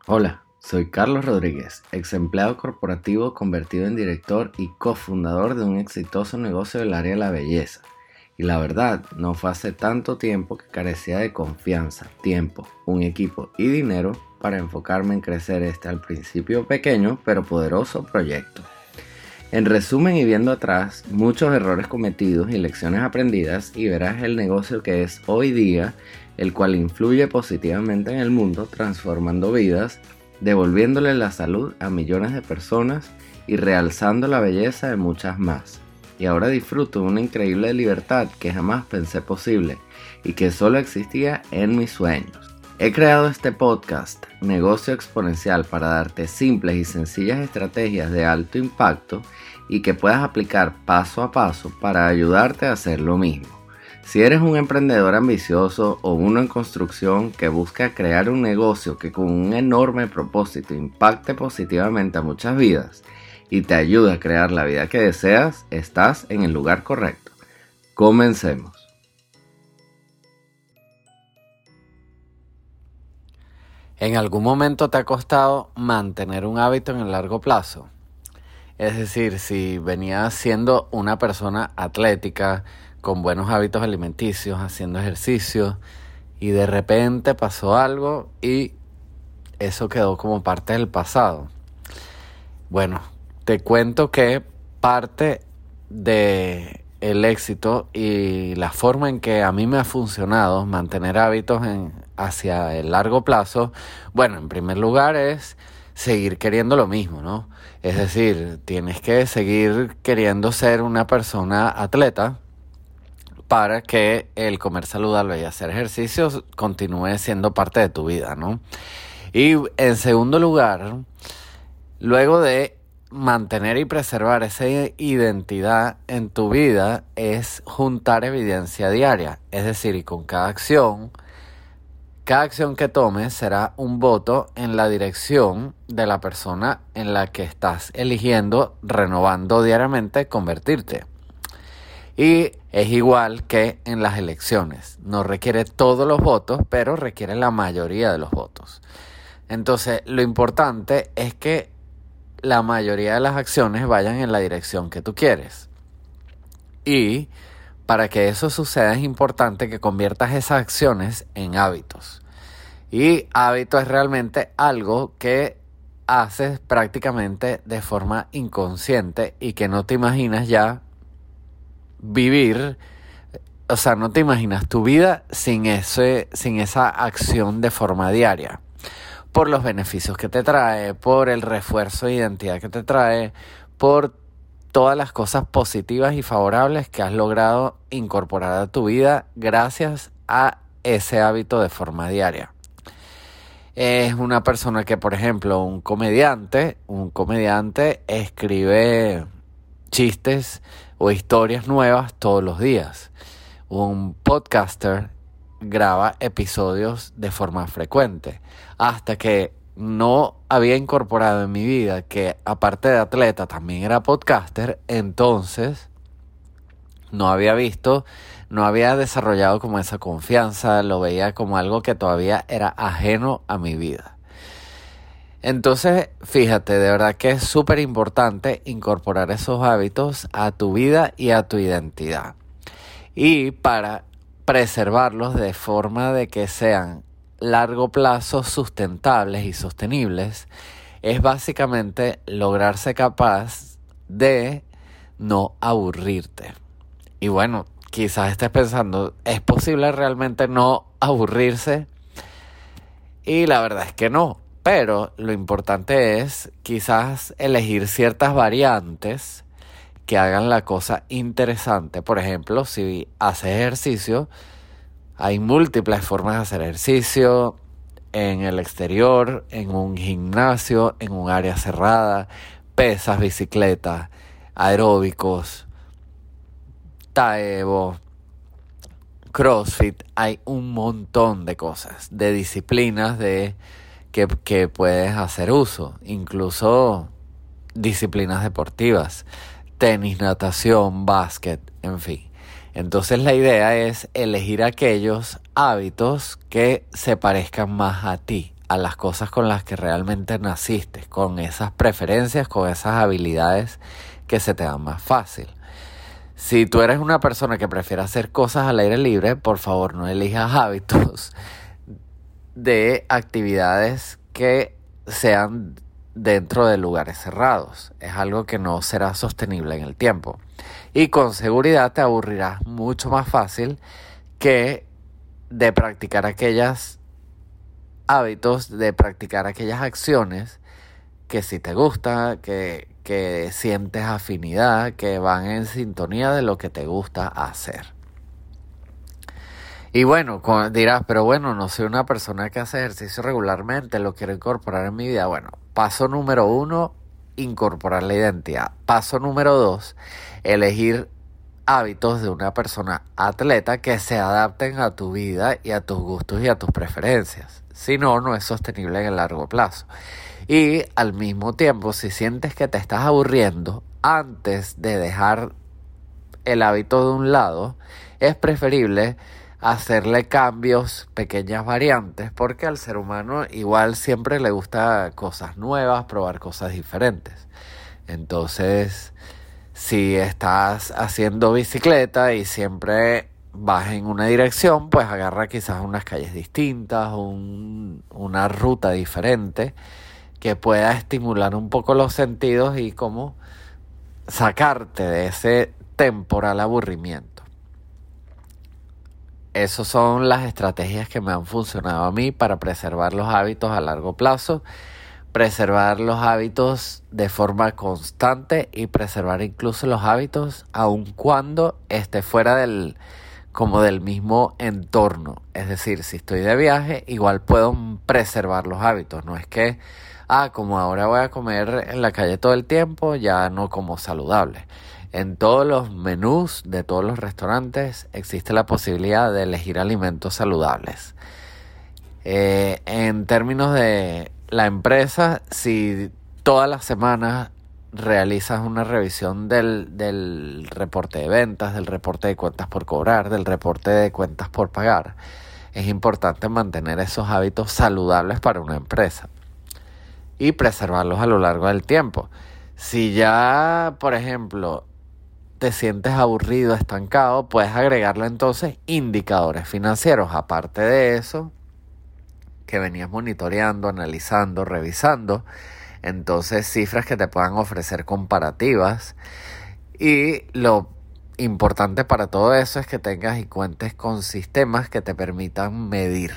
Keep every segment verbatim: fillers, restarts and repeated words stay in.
Hola, soy Carlos Rodríguez, ex empleado corporativo convertido en director y cofundador de un exitoso negocio del área de la belleza. Y la verdad, no fue hace tanto tiempo que carecía de confianza, tiempo, un equipo y dinero para enfocarme en crecer este al principio pequeño pero poderoso proyecto. En resumen y viendo atrás, muchos errores cometidos y lecciones aprendidas y verás el negocio que es hoy día, el cual influye positivamente en el mundo, transformando vidas, devolviéndole la salud a millones de personas y realzando la belleza de muchas más. Y ahora disfruto de una increíble libertad que jamás pensé posible y que solo existía en mis sueños. He creado este podcast, Negocio Exponencial, para darte simples y sencillas estrategias de alto impacto y que puedas aplicar paso a paso para ayudarte a hacer lo mismo. Si eres un emprendedor ambicioso o uno en construcción que busca crear un negocio que con un enorme propósito impacte positivamente a muchas vidas y te ayude a crear la vida que deseas, estás en el lugar correcto. Comencemos. ¿En algún momento te ha costado mantener un hábito en el largo plazo? Es decir, si venías siendo una persona atlética, con buenos hábitos alimenticios, haciendo ejercicio, y de repente pasó algo y eso quedó como parte del pasado. Bueno, te cuento que parte de el éxito y la forma en que a mí me ha funcionado mantener hábitos en, hacia el largo plazo, bueno, en primer lugar es seguir queriendo lo mismo, ¿no? Es decir, tienes que seguir queriendo ser una persona atleta para que el comer saludable y hacer ejercicios continúe siendo parte de tu vida, ¿no? Y en segundo lugar, luego de mantener y preservar esa identidad en tu vida es juntar evidencia diaria. Es decir, y con cada acción, cada acción que tomes será un voto en la dirección de la persona en la que estás eligiendo, renovando diariamente, convertirte. Y es igual que en las elecciones. No requiere todos los votos, pero requiere la mayoría de los votos. Entonces, lo importante es que la mayoría de las acciones vayan en la dirección que tú quieres. Y para que eso suceda es importante que conviertas esas acciones en hábitos. Y hábito es realmente algo que haces prácticamente de forma inconsciente y que no te imaginas ya vivir, o sea, no te imaginas tu vida sin ese, sin esa acción de forma diaria. Por los beneficios que te trae, por el refuerzo de identidad que te trae, por todas las cosas positivas y favorables que has logrado incorporar a tu vida gracias a ese hábito de forma diaria. Es una persona que, por ejemplo, un comediante, un comediante escribe chistes o historias nuevas todos los días. Un podcaster graba episodios de forma frecuente. Hasta que no había incorporado en mi vida que aparte de atleta también era podcaster, entonces no había visto, no había desarrollado como esa confianza, lo veía como algo que todavía era ajeno a mi vida. Entonces, fíjate, de verdad que es súper importante incorporar esos hábitos a tu vida y a tu identidad. Y para preservarlos de forma de que sean largo plazo sustentables y sostenibles, es básicamente lograrse capaz de no aburrirte. Y bueno, quizás estés pensando, ¿es posible realmente no aburrirse? Y la verdad es que no. Pero lo importante es quizás elegir ciertas variantes que hagan la cosa interesante. Por ejemplo, si haces ejercicio, hay múltiples formas de hacer ejercicio en el exterior, en un gimnasio, en un área cerrada, pesas, bicicleta, aeróbicos, taebo, CrossFit. Hay un montón de cosas, de disciplinas de Que, que puedes hacer uso, incluso disciplinas deportivas, tenis, natación, básquet, en fin. Entonces la idea es elegir aquellos hábitos que se parezcan más a ti, a las cosas con las que realmente naciste, con esas preferencias, con esas habilidades que se te dan más fácil. Si tú eres una persona que prefiere hacer cosas al aire libre, por favor no elijas hábitos de actividades que sean dentro de lugares cerrados. Es algo que no será sostenible en el tiempo. Y con seguridad te aburrirás mucho más fácil que de practicar aquellos hábitos, de practicar aquellas acciones que si te gusta, que, que sientes afinidad, que van en sintonía de lo que te gusta hacer. Y bueno, dirás, pero bueno, no soy una persona que hace ejercicio regularmente, lo quiero incorporar en mi vida. Bueno, paso número uno, incorporar la identidad. Paso número dos, elegir hábitos de una persona atleta que se adapten a tu vida y a tus gustos y a tus preferencias. Si no, no es sostenible en el largo plazo. Y al mismo tiempo, si sientes que te estás aburriendo, antes de dejar el hábito de un lado, es preferible hacerle cambios, pequeñas variantes, porque al ser humano igual siempre le gusta cosas nuevas, probar cosas diferentes. Entonces, si estás haciendo bicicleta y siempre vas en una dirección, pues agarra quizás unas calles distintas, un, una ruta diferente que pueda estimular un poco los sentidos y como sacarte de ese temporal aburrimiento. Esas son las estrategias que me han funcionado a mí para preservar los hábitos a largo plazo, preservar los hábitos de forma constante y preservar incluso los hábitos aun cuando esté fuera del, como del mismo entorno. Es decir, si estoy de viaje, igual puedo preservar los hábitos. No es que, ah, como ahora voy a comer en la calle todo el tiempo, ya no como saludable. En todos los menús de todos los restaurantes existe la posibilidad de elegir alimentos saludables. Eh, en términos de la empresa, si todas las semanas realizas una revisión del, del reporte de ventas, del reporte de cuentas por cobrar, del reporte de cuentas por pagar, es importante mantener esos hábitos saludables para una empresa y preservarlos a lo largo del tiempo. Si ya, por ejemplo, te sientes aburrido, estancado, puedes agregarle entonces indicadores financieros. Aparte de eso, que venías monitoreando, analizando, revisando, entonces cifras que te puedan ofrecer comparativas. Y lo importante para todo eso es que tengas y cuentes con sistemas que te permitan medir.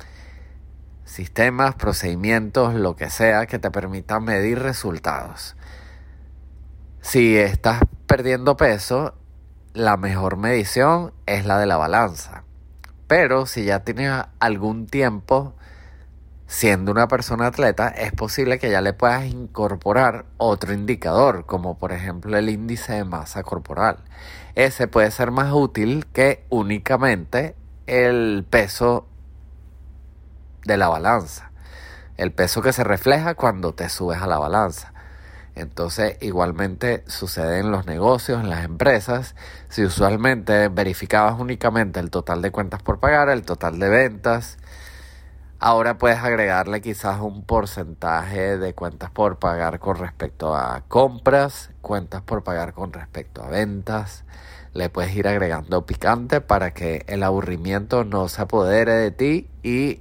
Sistemas, procedimientos, lo que sea que te permitan medir resultados. Si estás perdiendo peso, la mejor medición es la de la balanza. Pero si ya tienes algún tiempo siendo una persona atleta, es posible que ya le puedas incorporar otro indicador, como por ejemplo el índice de masa corporal. Ese puede ser más útil que únicamente el peso de la balanza, el peso que se refleja cuando te subes a la balanza. Entonces, igualmente sucede en los negocios, en las empresas. Si usualmente verificabas únicamente el total de cuentas por pagar, el total de ventas, ahora puedes agregarle quizás un porcentaje de cuentas por pagar con respecto a compras, cuentas por pagar con respecto a ventas. Le puedes ir agregando picante para que el aburrimiento no se apodere de ti y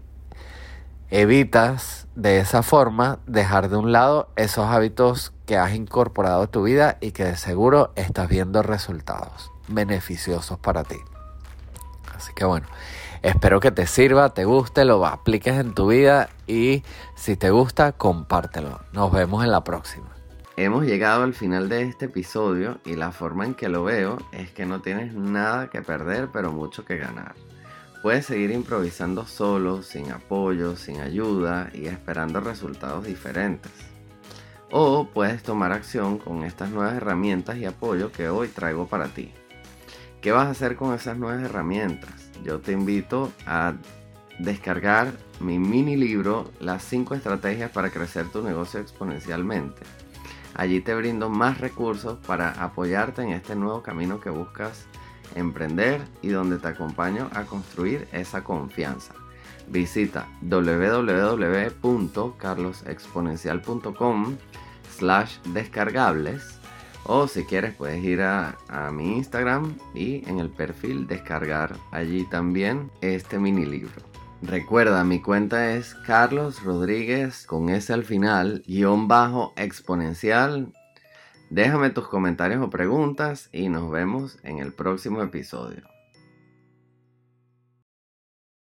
evitas de esa forma dejar de un lado esos hábitos que has incorporado a tu vida y que de seguro estás viendo resultados beneficiosos para ti. Así que bueno, espero que te sirva, te guste, lo apliques en tu vida y si te gusta, compártelo. Nos vemos en la próxima. Hemos llegado al final de este episodio y la forma en que lo veo es que no tienes nada que perder pero mucho que ganar. Puedes seguir improvisando solo, sin apoyo, sin ayuda y esperando resultados diferentes. O puedes tomar acción con estas nuevas herramientas y apoyo que hoy traigo para ti. ¿Qué vas a hacer con esas nuevas herramientas? Yo te invito a descargar mi mini libro, Las cinco estrategias para crecer tu negocio exponencialmente. Allí te brindo más recursos para apoyarte en este nuevo camino que buscas emprender y donde te acompaño a construir esa confianza. visita w w w punto carlosexponencial punto com slash descargables, o si quieres puedes ir a, a mi Instagram y en el perfil descargar allí también este mini libro. Recuerda, mi cuenta es Carlos Rodríguez con S al final, guión bajo exponencial. Déjame tus comentarios o preguntas y nos vemos en el próximo episodio.